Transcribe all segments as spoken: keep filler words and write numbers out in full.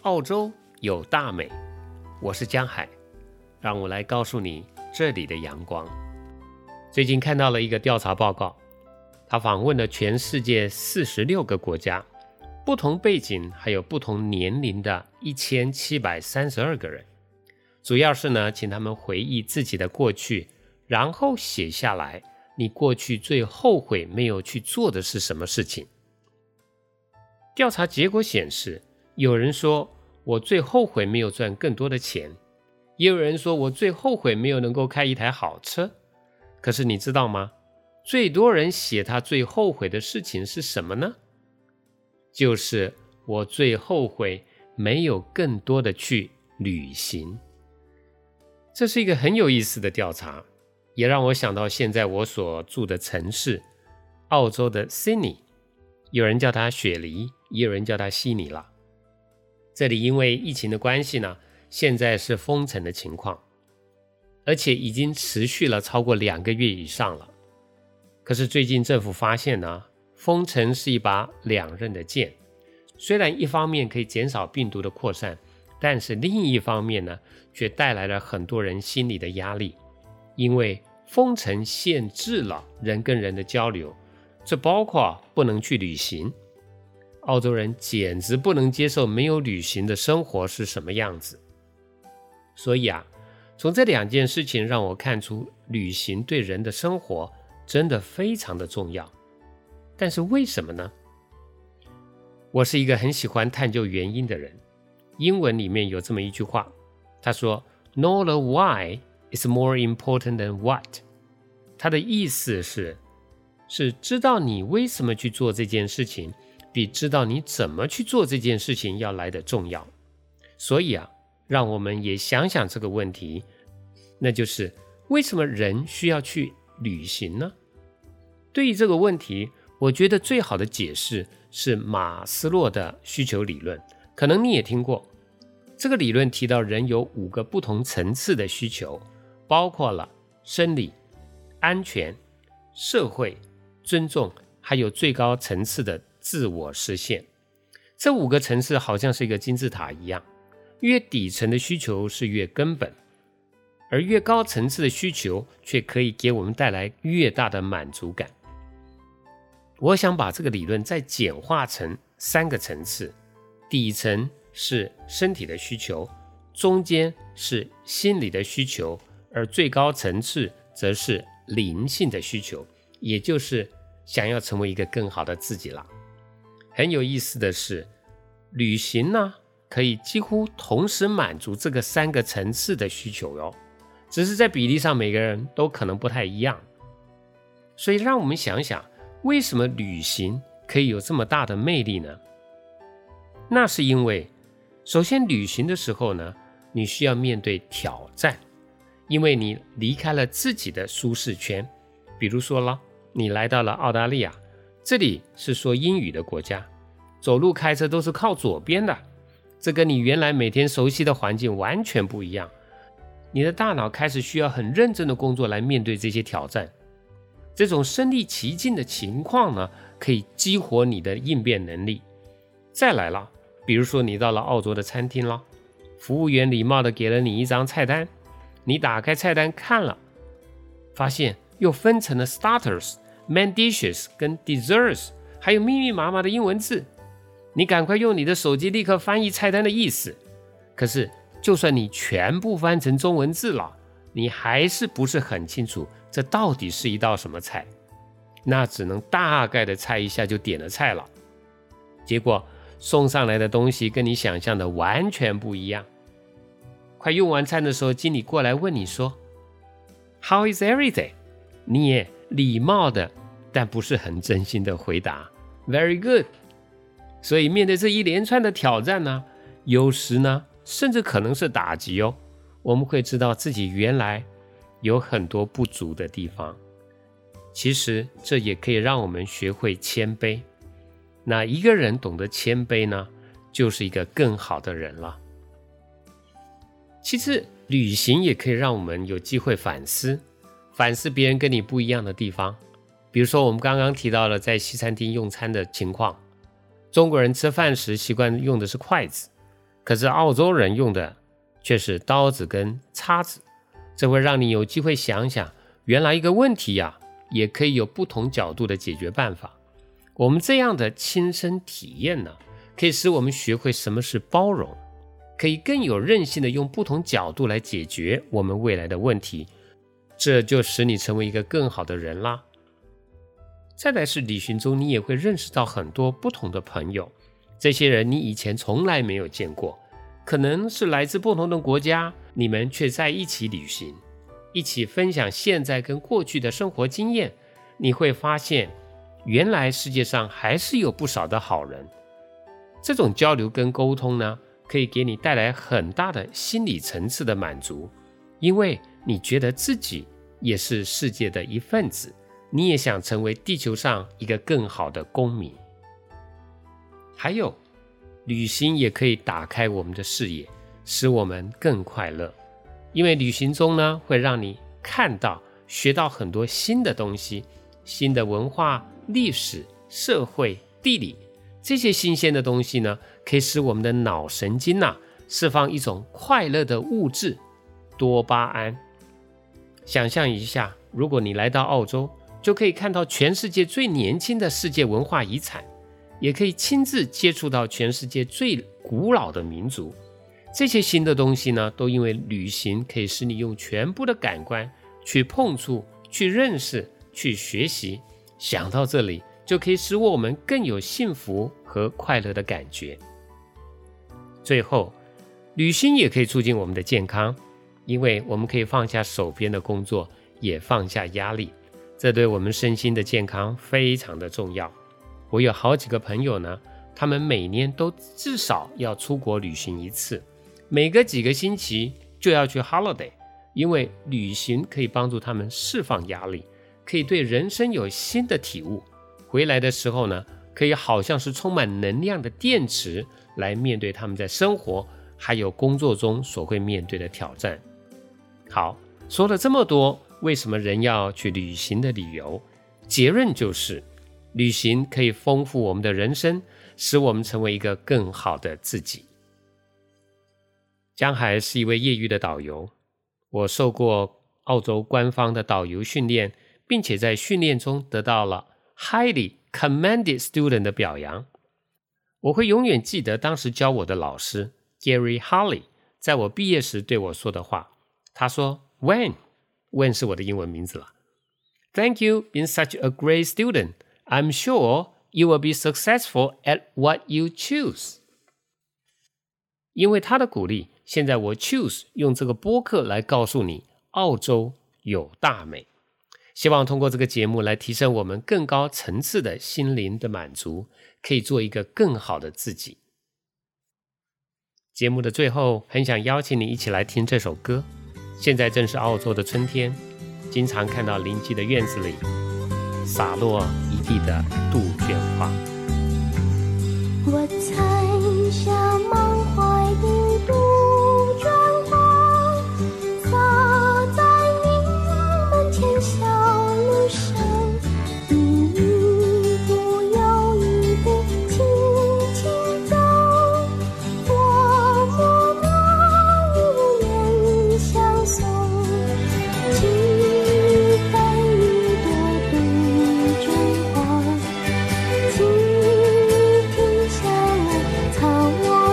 澳洲有大美，我是江海，让我来告诉你这里的阳光。最近看到了一个调查报告，他访问了全世界四十六个国家，不同背景还有不同年龄的一千七百三十二个人，主要是呢，请他们回忆自己的过去，然后写下来你过去最后悔没有去做的是什么事情。调查结果显示，有人说我最后悔没有赚更多的钱，也有人说我最后悔没有能够开一台好车。可是你知道吗？最多人写他最后悔的事情是什么呢？就是我最后悔没有更多的去旅行。这是一个很有意思的调查，也让我想到现在我所住的城市，澳洲的悉尼，有人叫它雪梨，也有人叫它悉尼了。这里因为疫情的关系呢，现在是封城的情况，而且已经持续了超过两个月以上了。可是最近政府发现呢，封城是一把两刃的剑，虽然一方面可以减少病毒的扩散，但是另一方面呢，却带来了很多人心理的压力，因为封城限制了人跟人的交流，这包括不能去旅行。澳洲人简直不能接受没有旅行的生活是什么样子。所以啊，从这两件事情让我看出旅行对人的生活真的非常的重要。但是为什么呢？我是一个很喜欢探究原因的人。英文里面有这么一句话，他说 Know the why is more important than what。 他的意思是是知道你为什么去做这件事情，比知道你怎么去做这件事情要来得重要。所以啊，让我们也想想这个问题，那就是为什么人需要去旅行呢？对于这个问题，我觉得最好的解释是马斯洛的需求理论，可能你也听过。这个理论提到人有五个不同层次的需求，包括了生理、安全、社会、尊重，还有最高层次的自我实现。这五个层次好像是一个金字塔一样，越底层的需求是越根本，而越高层次的需求却可以给我们带来越大的满足感。我想把这个理论再简化成三个层次，底层是身体的需求，中间是心理的需求，而最高层次则是灵性的需求，也就是想要成为一个更好的自己了。很有意思的是，旅行呢，可以几乎同时满足这个三个层次的需求哟，只是在比例上每个人都可能不太一样。所以让我们想想，为什么旅行可以有这么大的魅力呢？那是因为，首先旅行的时候呢，你需要面对挑战，因为你离开了自己的舒适圈。比如说了，你来到了澳大利亚，这里是说英语的国家，走路开车都是靠左边的，这跟你原来每天熟悉的环境完全不一样。你的大脑开始需要很认真的工作来面对这些挑战。这种身临其境的情况呢，可以激活你的应变能力。再来了，比如说你到了澳洲的餐厅了，服务员礼貌地给了你一张菜单，你打开菜单看了，发现又分成了 starters、main dishes 跟 desserts， 还有密密麻麻的英文字。你赶快用你的手机立刻翻译菜单的意思，可是就算你全部翻成中文字了，你还是不是很清楚这到底是一道什么菜，那只能大概的猜一下就点了菜了。结果送上来的东西跟你想象的完全不一样。快用完餐的时候，经理过来问你说 How is everything？ 你也礼貌的但不是很真心的回答 Very good。 所以面对这一连串的挑战呢，有时呢甚至可能是打击哦。我们会知道自己原来有很多不足的地方，其实这也可以让我们学会谦卑。那一个人懂得谦卑呢，就是一个更好的人了。其次，旅行也可以让我们有机会反思，反思别人跟你不一样的地方。比如说我们刚刚提到了在西餐厅用餐的情况，中国人吃饭时习惯用的是筷子， 可是澳洲人用的却是刀子跟叉子，这会让你有机会想想，原来一个问题呀、啊，也可以有不同角度的解决办法。我们这样的亲身体验呢，可以使我们学会什么是包容，可以更有韧性的用不同角度来解决我们未来的问题，这就使你成为一个更好的人啦。再来是旅行中，你也会认识到很多不同的朋友，这些人你以前从来没有见过，可能是来自不同的国家，你们却在一起旅行，一起分享现在跟过去的生活经验，你会发现原来世界上还是有不少的好人。这种交流跟沟通呢，可以给你带来很大的心理层次的满足，因为你觉得自己也是世界的一份子，你也想成为地球上一个更好的公民。还有，旅行也可以打开我们的视野，使我们更快乐，因为旅行中呢，会让你看到、学到很多新的东西，新的文化、历史、社会、地理，这些新鲜的东西呢，可以使我们的脑神经啊，释放一种快乐的物质多巴胺。想象一下，如果你来到澳洲，就可以看到全世界最年轻的世界文化遗产，也可以亲自接触到全世界最古老的民族。这些新的东西呢，都因为旅行可以使你用全部的感官去碰触、去认识、去学习。想到这里，就可以使我们更有幸福和快乐的感觉。最后，旅行也可以促进我们的健康，因为我们可以放下手边的工作，也放下压力，这对我们身心的健康非常的重要。我有好几个朋友呢，他们每年都至少要出国旅行一次，每隔几个星期就要去 holiday， 因为旅行可以帮助他们释放压力，可以对人生有新的体悟。回来的时候呢，可以好像是充满能量的电池，来面对他们在生活还有工作中所会面对的挑战。好，说了这么多，为什么人要去旅行的理由，结论就是旅行可以丰富我们的人生，使我们成为一个更好的自己。江海是一位业余的导游，我受过澳洲官方的导游训练，并且在训练中得到了 highly commended student 的表扬。我会永远记得当时教我的老师 Gary Harley 在我毕业时对我说的话。他说 Wen Wen 是我的英文名字了。 Thank you being such a great student. I'm sure you will be successful at what you choose. 因为他的鼓励，现在我 choose 用这个播客来告诉你，澳洲有大美。希望通过这个节目来提升我们更高层次的心灵的满足，可以做一个更好的自己。节目的最后，很想邀请你一起来听这首歌。现在正是澳洲的春天，经常看到邻居的院子里洒落一地的杜鹃花。 我采下满怀的杜鹃花，洒在你门前小路上，你一步又一步轻轻走，我默默无言相送，只配一朵杜鹃花，请停下来，草我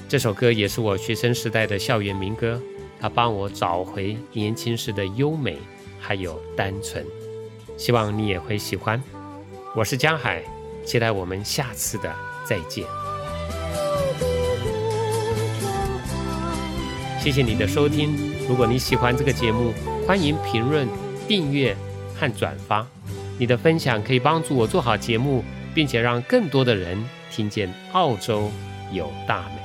这首歌也是我学生时代的校园民歌，它帮我找回年轻时的优美还有单纯，希望你也会喜欢。我是江海，期待我们下次的再见。谢谢你的收听，如果你喜欢这个节目，欢迎评论、订阅和转发。你的分享可以帮助我做好节目，并且让更多的人听见澳洲有大美。